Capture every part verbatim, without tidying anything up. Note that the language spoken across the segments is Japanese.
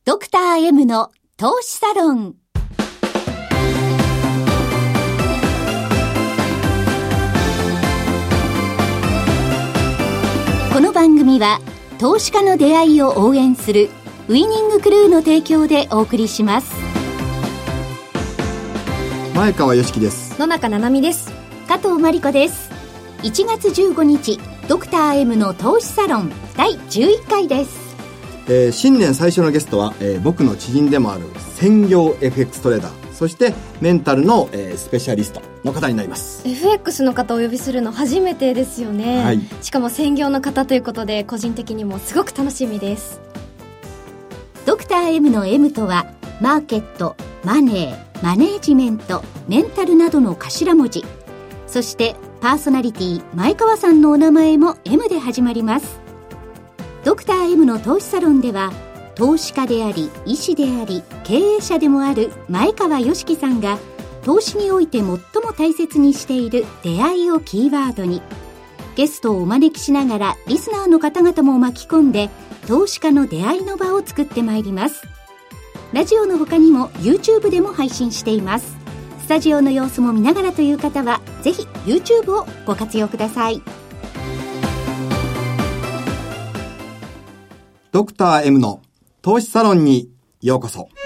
ドクター M の投資サロン。この番組は投資家の出会いを応援するウイニングクルーの提供でお送りします。 前川良樹です。 野中七海です。 加藤真理子です。いちがつじゅうごにちドクター M の投資サロンだいじゅういっかいです。 えー、新年最初のゲストは、えー、僕の知人でもある専業 エフエックス トレーダー、そしてメンタルの、えー、スペシャリストの方になります。 エフエックス の方をお呼びするの初めてですよね、はい、しかも専業の方ということで個人的にもすごく楽しみです。 ドクター M の M とはマーケット、マネー、マネージメント、メンタルなどの頭文字、そしてパーソナリティ前川さんのお名前も M で始まります。ドクター M の投資サロンでは投資家であり医師であり経営者でもある前川良樹さんが投資において最も大切にしている出会いをキーワードにゲストをお招きしながらリスナーの方々も巻き込んで投資家の出会いの場を作ってまいります。ラジオの他にも YouTube でも配信しています。スタジオの様子も見ながらという方はぜひ YouTube をご活用ください。 ドクター M の投資サロンにようこそ。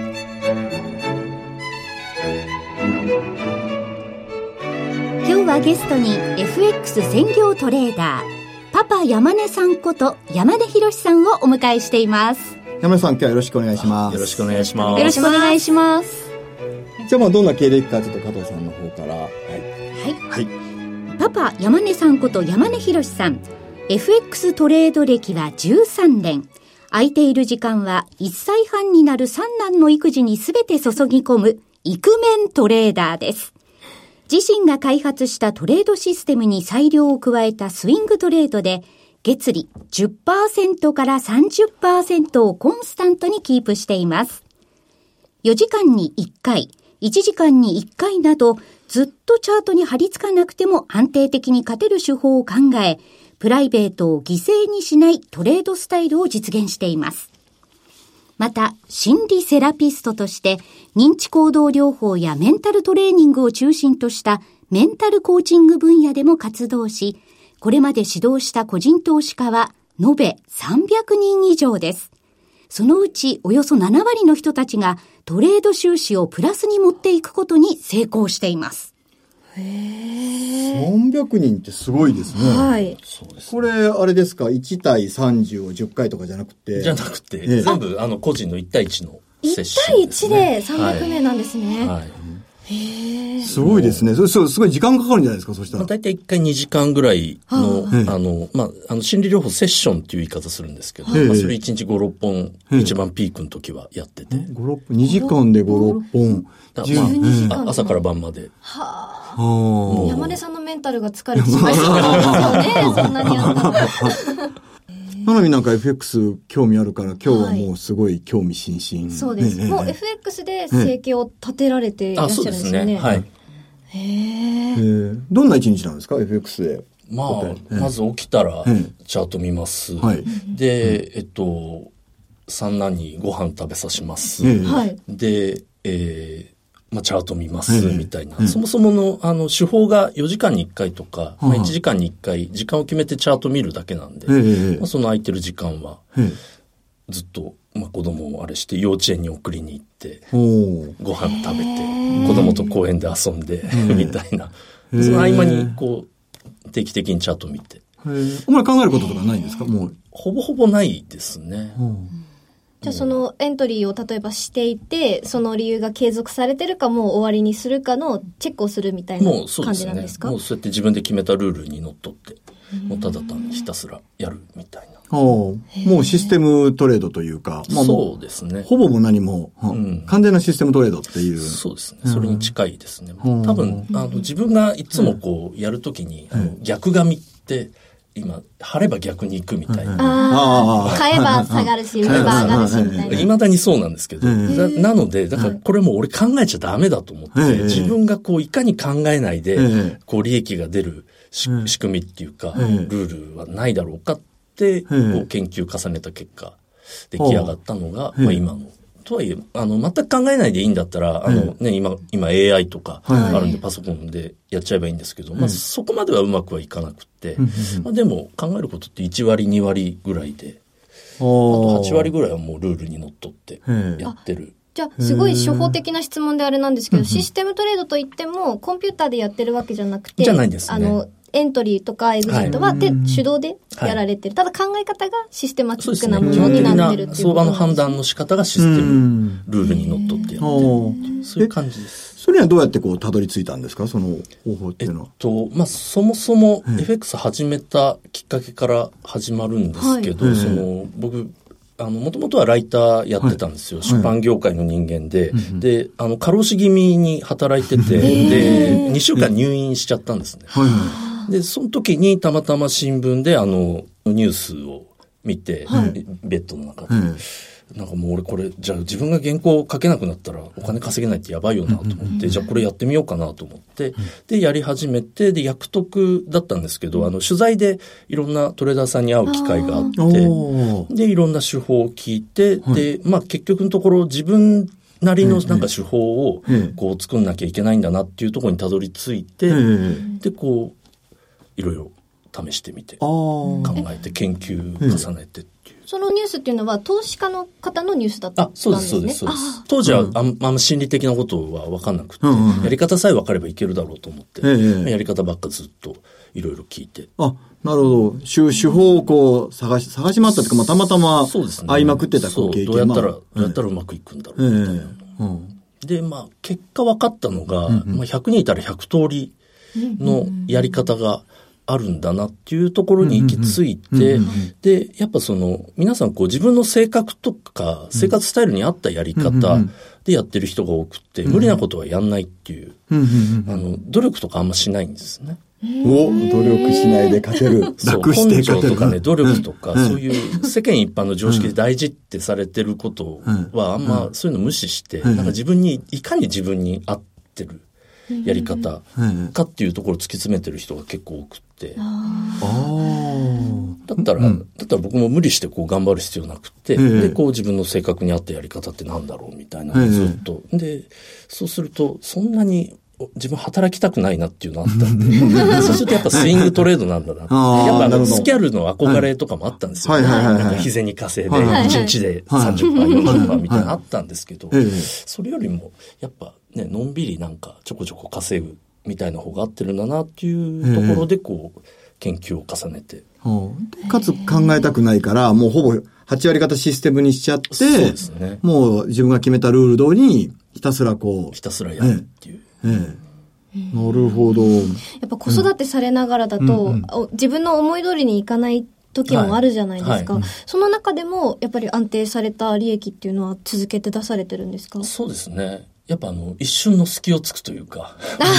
今日はゲストに エフエックス 専業トレーダーパパ山根さんこと山根博さんをお迎えしています。 山根さん、今日はよろしくお願いします。 よろしくお願いします。 よろしくお願いします。 じゃあまあどんな経歴かちょっと加藤さんの方から。はい、 はい、パパ山根さんこと山根博さん、エフエックス トレード歴はじゅうさんねん。空いている時間はいっさいはんになる三男の育児にすべて注ぎ込むイクメントレーダーです。自身が開発したトレードシステムに裁量を加えたスイングトレードで月利 じゅっパーセント から さんじゅっパーセント をコンスタントにキープしています。よじかんにいっかい、いちじかんにいっかいなどずっとチャートに張り付かなくても安定的に勝てる手法を考え、プライベートを犠牲にしないトレードスタイルを実現しています。また、心理セラピストとして認知行動療法やメンタルトレーニングを中心としたメンタルコーチング分野でも活動し、これまで指導した個人投資家は延べさんびゃくにん以上です。そのうちおよそななわりの人たちがトレード収支をプラスに持っていくことに成功しています。 へー、さんびゃくにんってすごいですね。 はい。 そうですね。これあれですか、いち対さんじゅうをじゅっかいとかじゃなくて。 じゃなくて、ええ、全部あの個人のいち対いちのセッションですね。 いち対いちでさんびゃくめいなんですね。はい。はい、 へー、すごいですね。それ、そう、すごい時間かかるんじゃないですか、そしたら。 まあ、大体いっかいにじかんぐらいの、あの、まあ、あの、心理療法セッションっていう言い方するんですけど、まあ、それいちにちご、ろっぽん、一番ピークの時はやってて。 ご、ろっぽん、にじかんでご、ろっぽん。 まあ、朝から晩まで。 はぁ。山根さんのメンタルが疲れてしまいそうなんですよね。そんなにやったら。 なのになんか エフエックス 興味あるから今日はもうすごい興味津々、はい、 そうです、ね、もう エフエックス で生計を立てられていらっしゃるんですよね。あ、そうですね、はい。 へー。どんな一日なんですか エフエックス で。 まあ、まず起きたらチャート見ます、はい、で、えっと三男にご飯食べさします、はい、で、えーまあ、チャート見ます、みたいな、ええ、そもそもの、あの、手法がよじかんにいっかいとか、まあ、いちじかんにいっかい、時間を決めてチャート見るだけなんで、ええ、まあ、その空いてる時間は、ずっと、まあ、子供をあれして、幼稚園に送りに行って、ご飯食べて、子供と公園で遊んで、みたいな。その合間に、こう、定期的にチャート見て。 あんまり考えることとかないんですか？もう。 ほぼほぼないですね。 じゃあそのエントリーを例えばしていて、その理由が継続されてるかもう終わりにするかのチェックをするみたいな感じなんですか？ もうそうですね。もうそうやって自分で決めたルールにのっとって、もうただ単にひたすらやるみたいな。 もうシステムトレードというか、 まあ、そうですね。 ほぼも何も、うん、完全なシステムトレードっていう。 そうですね。それに近いですね。うん、多分、あの、自分がいつもこうやるときに、うん、あの逆髪って、今、晴れば逆に行くみたいな。 ああ、買えば下がるし、売れば上がるしみたいな。 未だにそうなんですけど、な, なので、だからこれも俺考えちゃダメだと思って、自分がこういかに考えないで、こう利益が出る仕組みっていうか、ルールはないだろうかって、こう研究重ねた結果、 出来上がったのが、まあ、今の。とはいえ、あの、全く考えないでいいんだったら、あのね、今、今 エーアイ とかあるんで、パソコンでやっちゃえばいいんですけど、まあ、そこまではうまくはいかなくて、まあ、でも考えることっていち割、に割ぐらいで、あとはち割ぐらいはもうルールにのっとってやってる。 じゃあ、すごい初歩的な質問であれなんですけど、システムトレードといっても、コンピューターでやってるわけじゃなくて、 じゃないんですね。あの、 エントリーとかエグジットは、はい、で手動でやられてる、はい、ただ考え方がシステマティックなものになってるっていうことなんですね。 相場の判断の仕方がシステムルールにのっとってやってるそういう感じです。 それはどうやってこうたどり着いたんですか、その方法っていうのは。 えっとまあ、そもそも エフエックス 始めたきっかけから始まるんですけど、はい、その僕あの、もともとはライターやってたんですよ。はい、出版業界の人間で。はい、で、あの、過労死気味に働いてて、で、にしゅうかん入院しちゃったんですね。はいで、その時にたまたま新聞であのニュースを見て、はい、ベッドの中で、はい、なんかもう俺これじゃあ自分が原稿を書けなくなったらお金稼げないってやばいよなと思って、うん、じゃあこれやってみようかなと思って、うん、でやり始めて、で役得だったんですけど、あの取材でいろんなトレーダーさんに会う機会があってでいろんな手法を聞いて、はい、でまあ結局のところ自分なりのなんか手法をこう作んなきゃいけないんだなっていうところにたどり着いて、でこういろいろ試してみて考えて研究重ねてっていう、 そのニュースっていうのは投資家の方のニュースだったんですね。 あ、そうですそうですそうです。当時はあんま心理的なことは分かんなくて、うんうん、やり方さえ分かればいけるだろうと思って、うんうん、やり方ばっかずっといろいろ聞いて。 あ、なるほど。手手法をこう探し探し回ったというか、まあ、たまたま会いまくってたこう経験、 そう、どうやったら、どうやったらうまくいくんだろうみたいな、うんうん、でまあ結果分かったのが、うんうんまあ、ひゃくにんいたらひゃく通りのやり方があるんだなっていうところに行き着いて、でやっぱその皆さんこう自分の性格とか生活スタイルに合ったやり方でやってる人が多くて、無理なことはやんないっていう、あの努力とかあんましないんですね。 お、努力しないで勝てる。楽して勝てる。 根性とかね、努力とか、そういう世間一般の常識で大事ってされてることはあんまそういうの無視して、なんか自分に、いかに自分に合ってるやり方かっていうところを突き詰めてる人が結構多くて。だったら、だったら僕も無理してこう頑張る必要なくて、で、こう自分の性格に合ったやり方ってなんだろうみたいなのをずっと。で、そうすると、そんなに、自分働きたくないなっていうのあったんでそうするとやっぱスイングトレードなんだなってやっぱあのスキャルの憧れとかもあったんですよ、ねはいはいはいはい、なんか日銭稼いでいちにちで さんじゅっパーセント、よんじゅっパーセント みたいなのあったんですけど、それよりもやっぱねのんびりなんかちょこちょこ稼ぐみたいな方が合ってるんだなっていうところでこう研究を重ねて、 かつ考えたくないからもうほぼはち割方システムにしちゃって、そうですね、もう自分が決めたルール通りにひたすらこうひたすらやるっていう、ええええなるほど。やっぱ子育てされながらだと、うんうん、自分の思い通りにいかない時もあるじゃないですか、はいはい、その中でもやっぱり安定された利益っていうのは続けて出されてるんですか？ そうですね、やっぱあの一瞬の隙をつくというか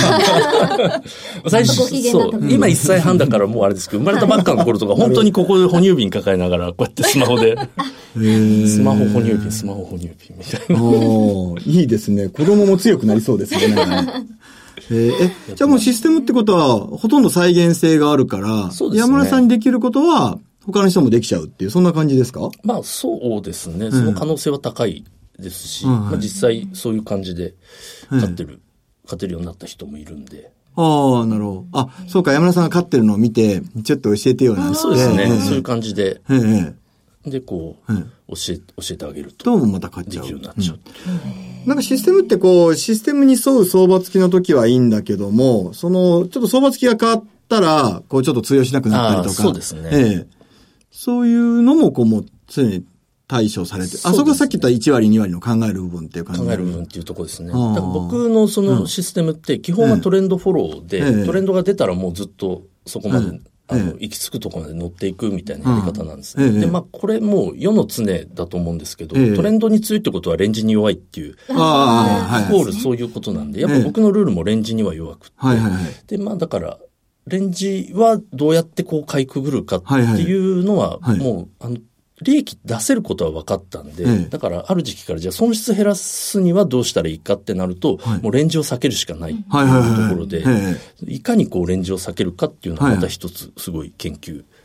最初そう今いっさいはんだからもうあれですけど、生まれたばっかの頃とか本当にここで哺乳瓶抱えながらこうやってスマホでスマホ哺乳瓶スマホ哺乳瓶みたいなおいいですね、子供も強くなりそうですねえー、えじゃあもうシステムってことはほとんど再現性があるから、そうですね、山村さんにできることは他の人もできちゃうっていうそんな感じですか？ まあそうですね、その可能性は高いですし、うんまあ、実際そういう感じで勝ってる、うん、勝てるようになった人もいるんで。 ああ、なるほど。あ、そうか、山村さんが勝ってるのを見てちょっと教えてよなんて。 そうですね、えー、そういう感じで、えー、でこう、えー、教え教えてあげるとどうもまた勝っちゃうできるようになっちゃう、 うん、なんかシステムってこうシステムに沿う相場付きの時はいいんだけども、そのちょっと相場付きが変わったらこうちょっと通用しなくなったりとか、 そうですね、ええ、そういうのもこうもう常に対処されて、ね、あそこがさっき言ったいち割に割の考える部分っていう感じ、 考える部分っていうところですね。だから僕のそのシステムって基本はトレンドフォローで、ええ、トレンドが出たらもうずっとそこまで、ええあの行き着くところまで乗っていくみたいなやり方なんですね、うん、でまあこれもう世の常だと思うんですけど、ええ、トレンドに強いってことはレンジに弱いっていう、あイコールそういうことなんで、やっぱ僕のルールもレンジには弱くて、はいはいはい、でまあだからレンジはどうやってこうかいくぐるかっていうのはもうあの利益出せることは分かったんで、ええ、だからある時期からじゃあ損失減らすにはどうしたらいいかってなると、はい、もうレンジを避けるしかないっていうところで、いかにこうレンジを避けるかっていうのはまた一つすごい研究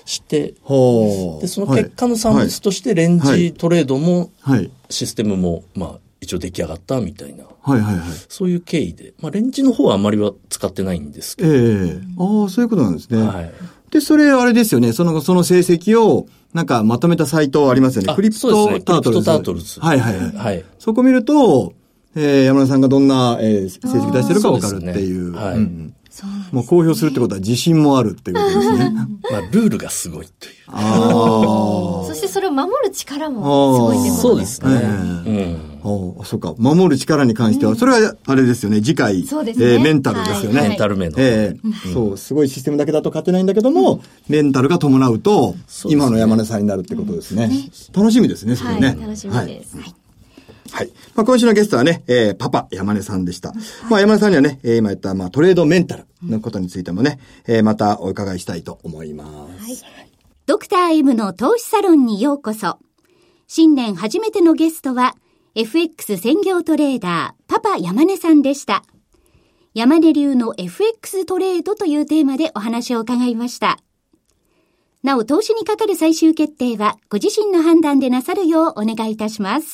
して、はい、でその結果の産物としてレンジトレードも、はい、システムも、まあ、一応出来上がったみたいな、はいはいはい、そういう経緯で、まあ、レンジの方はあまりは使ってないんですけど、えー、ああそういうことなんですね、はい、でそれあれですよね、そのその成績をなんかまとめたサイトありますよね。クリプトタートルズ。クリプトタートルズ。はいはいはい。はい、そこ見ると、えー、山田さんがどんな、えー、成績出してるか分かるっていう。ね、はい。うん、もう公表するってことは自信もあるっていうことですね。 まあ、ルールがすごいという。 あそしてそれを守る力もすごいってことですね。そうですね。 うん。ああ、そうか。守る力に関しては、それはあれですよね。次回、そうですね、えー、メンタルですよね。はい、 メンタル面の。 えーうん。そう、すごいシステムだけだと勝てないんだけども、うん、メンタルが伴うと、ね、今の山根さんになるってことですね。うんね、楽しみですね、それね。はい、 楽しみです。はい。 はい。まあ、今週のゲストはね、えー、パパ山根さんでした。はい、まあ、山根さんにはね、えー、今言った、まあ、トレードメンタルのことについてもね、うん、えー、またお伺いしたいと思います。はい。 ドクター M の投資サロンにようこそ。新年初めてのゲストは、エフエックス 専業トレーダー、パパ山根さんでした。山根流の エフエックス トレードというテーマでお話を伺いました。なお、投資にかかる最終決定は、ご自身の判断でなさるようお願いいたします。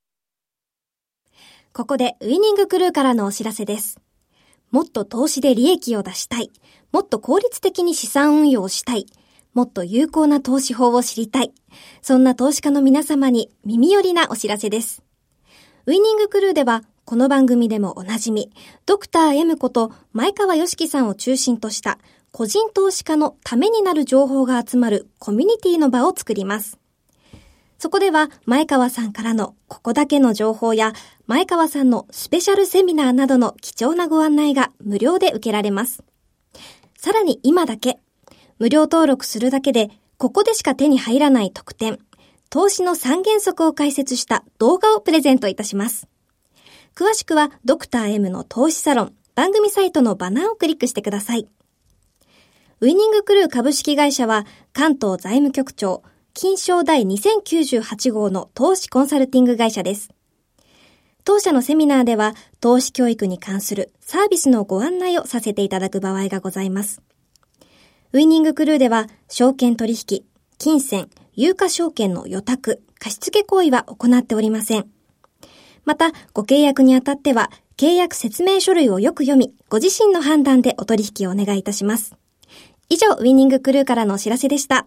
ここでウィニングクルーからのお知らせです。もっと投資で利益を出したい。もっと効率的に資産運用をしたい。もっと有効な投資法を知りたい。そんな投資家の皆様に耳寄りなお知らせです。ウィニングクルーでは、この番組でもおなじみ、ドクター M こと前川良樹さんを中心とした個人投資家のためになる情報が集まるコミュニティの場を作ります。そこでは前川さんからのここだけの情報や前川さんのスペシャルセミナーなどの貴重なご案内が無料で受けられます。さらに今だけ、無料登録するだけでここでしか手に入らない特典、投資の三原則を解説した動画をプレゼントいたします。詳しくはドクター M の投資サロン番組サイトのバナーをクリックしてください。ウィニングクルー株式会社は関東財務局長金賞第にせんきゅうじゅうはち号の投資コンサルティング会社です。当社のセミナーでは投資教育に関するサービスのご案内をさせていただく場合がございます。ウィニングクルーでは証券取引、金銭、有価証券の予託、貸付行為は行っておりません。また、ご契約にあたっては契約説明書類をよく読み、ご自身の判断でお取引をお願いいたします。以上、ウィニングクルーからのお知らせでした。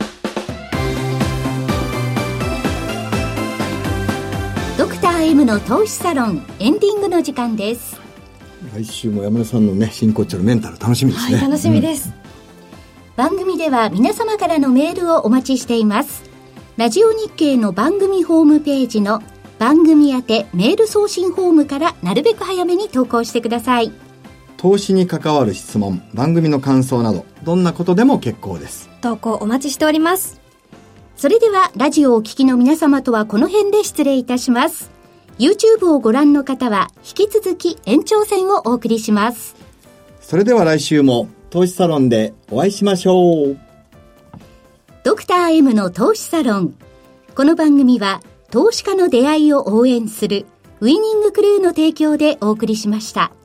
ドクター M の投資サロンエンディングの時間です。 来週も山根さんのね真骨頂のメンタル楽しみですね。 はい、楽しみです、うん、 番組では皆様からのメールをお待ちしています。ラジオ日経の番組ホームページの番組宛てメール送信フォームからなるべく早めに投稿してください。 投資に関わる質問、番組の感想などどんなことでも結構です。 投稿お待ちしております。 それではラジオをお聞きの皆様とはこの辺で失礼いたします。 YouTube をご覧の方は引き続き延長戦をお送りします。 それでは来週も投資サロンでお会いしましょう。 ドクター M の投資サロン、この番組は投資家の出会いを応援するウィニングクルーの提供でお送りしました。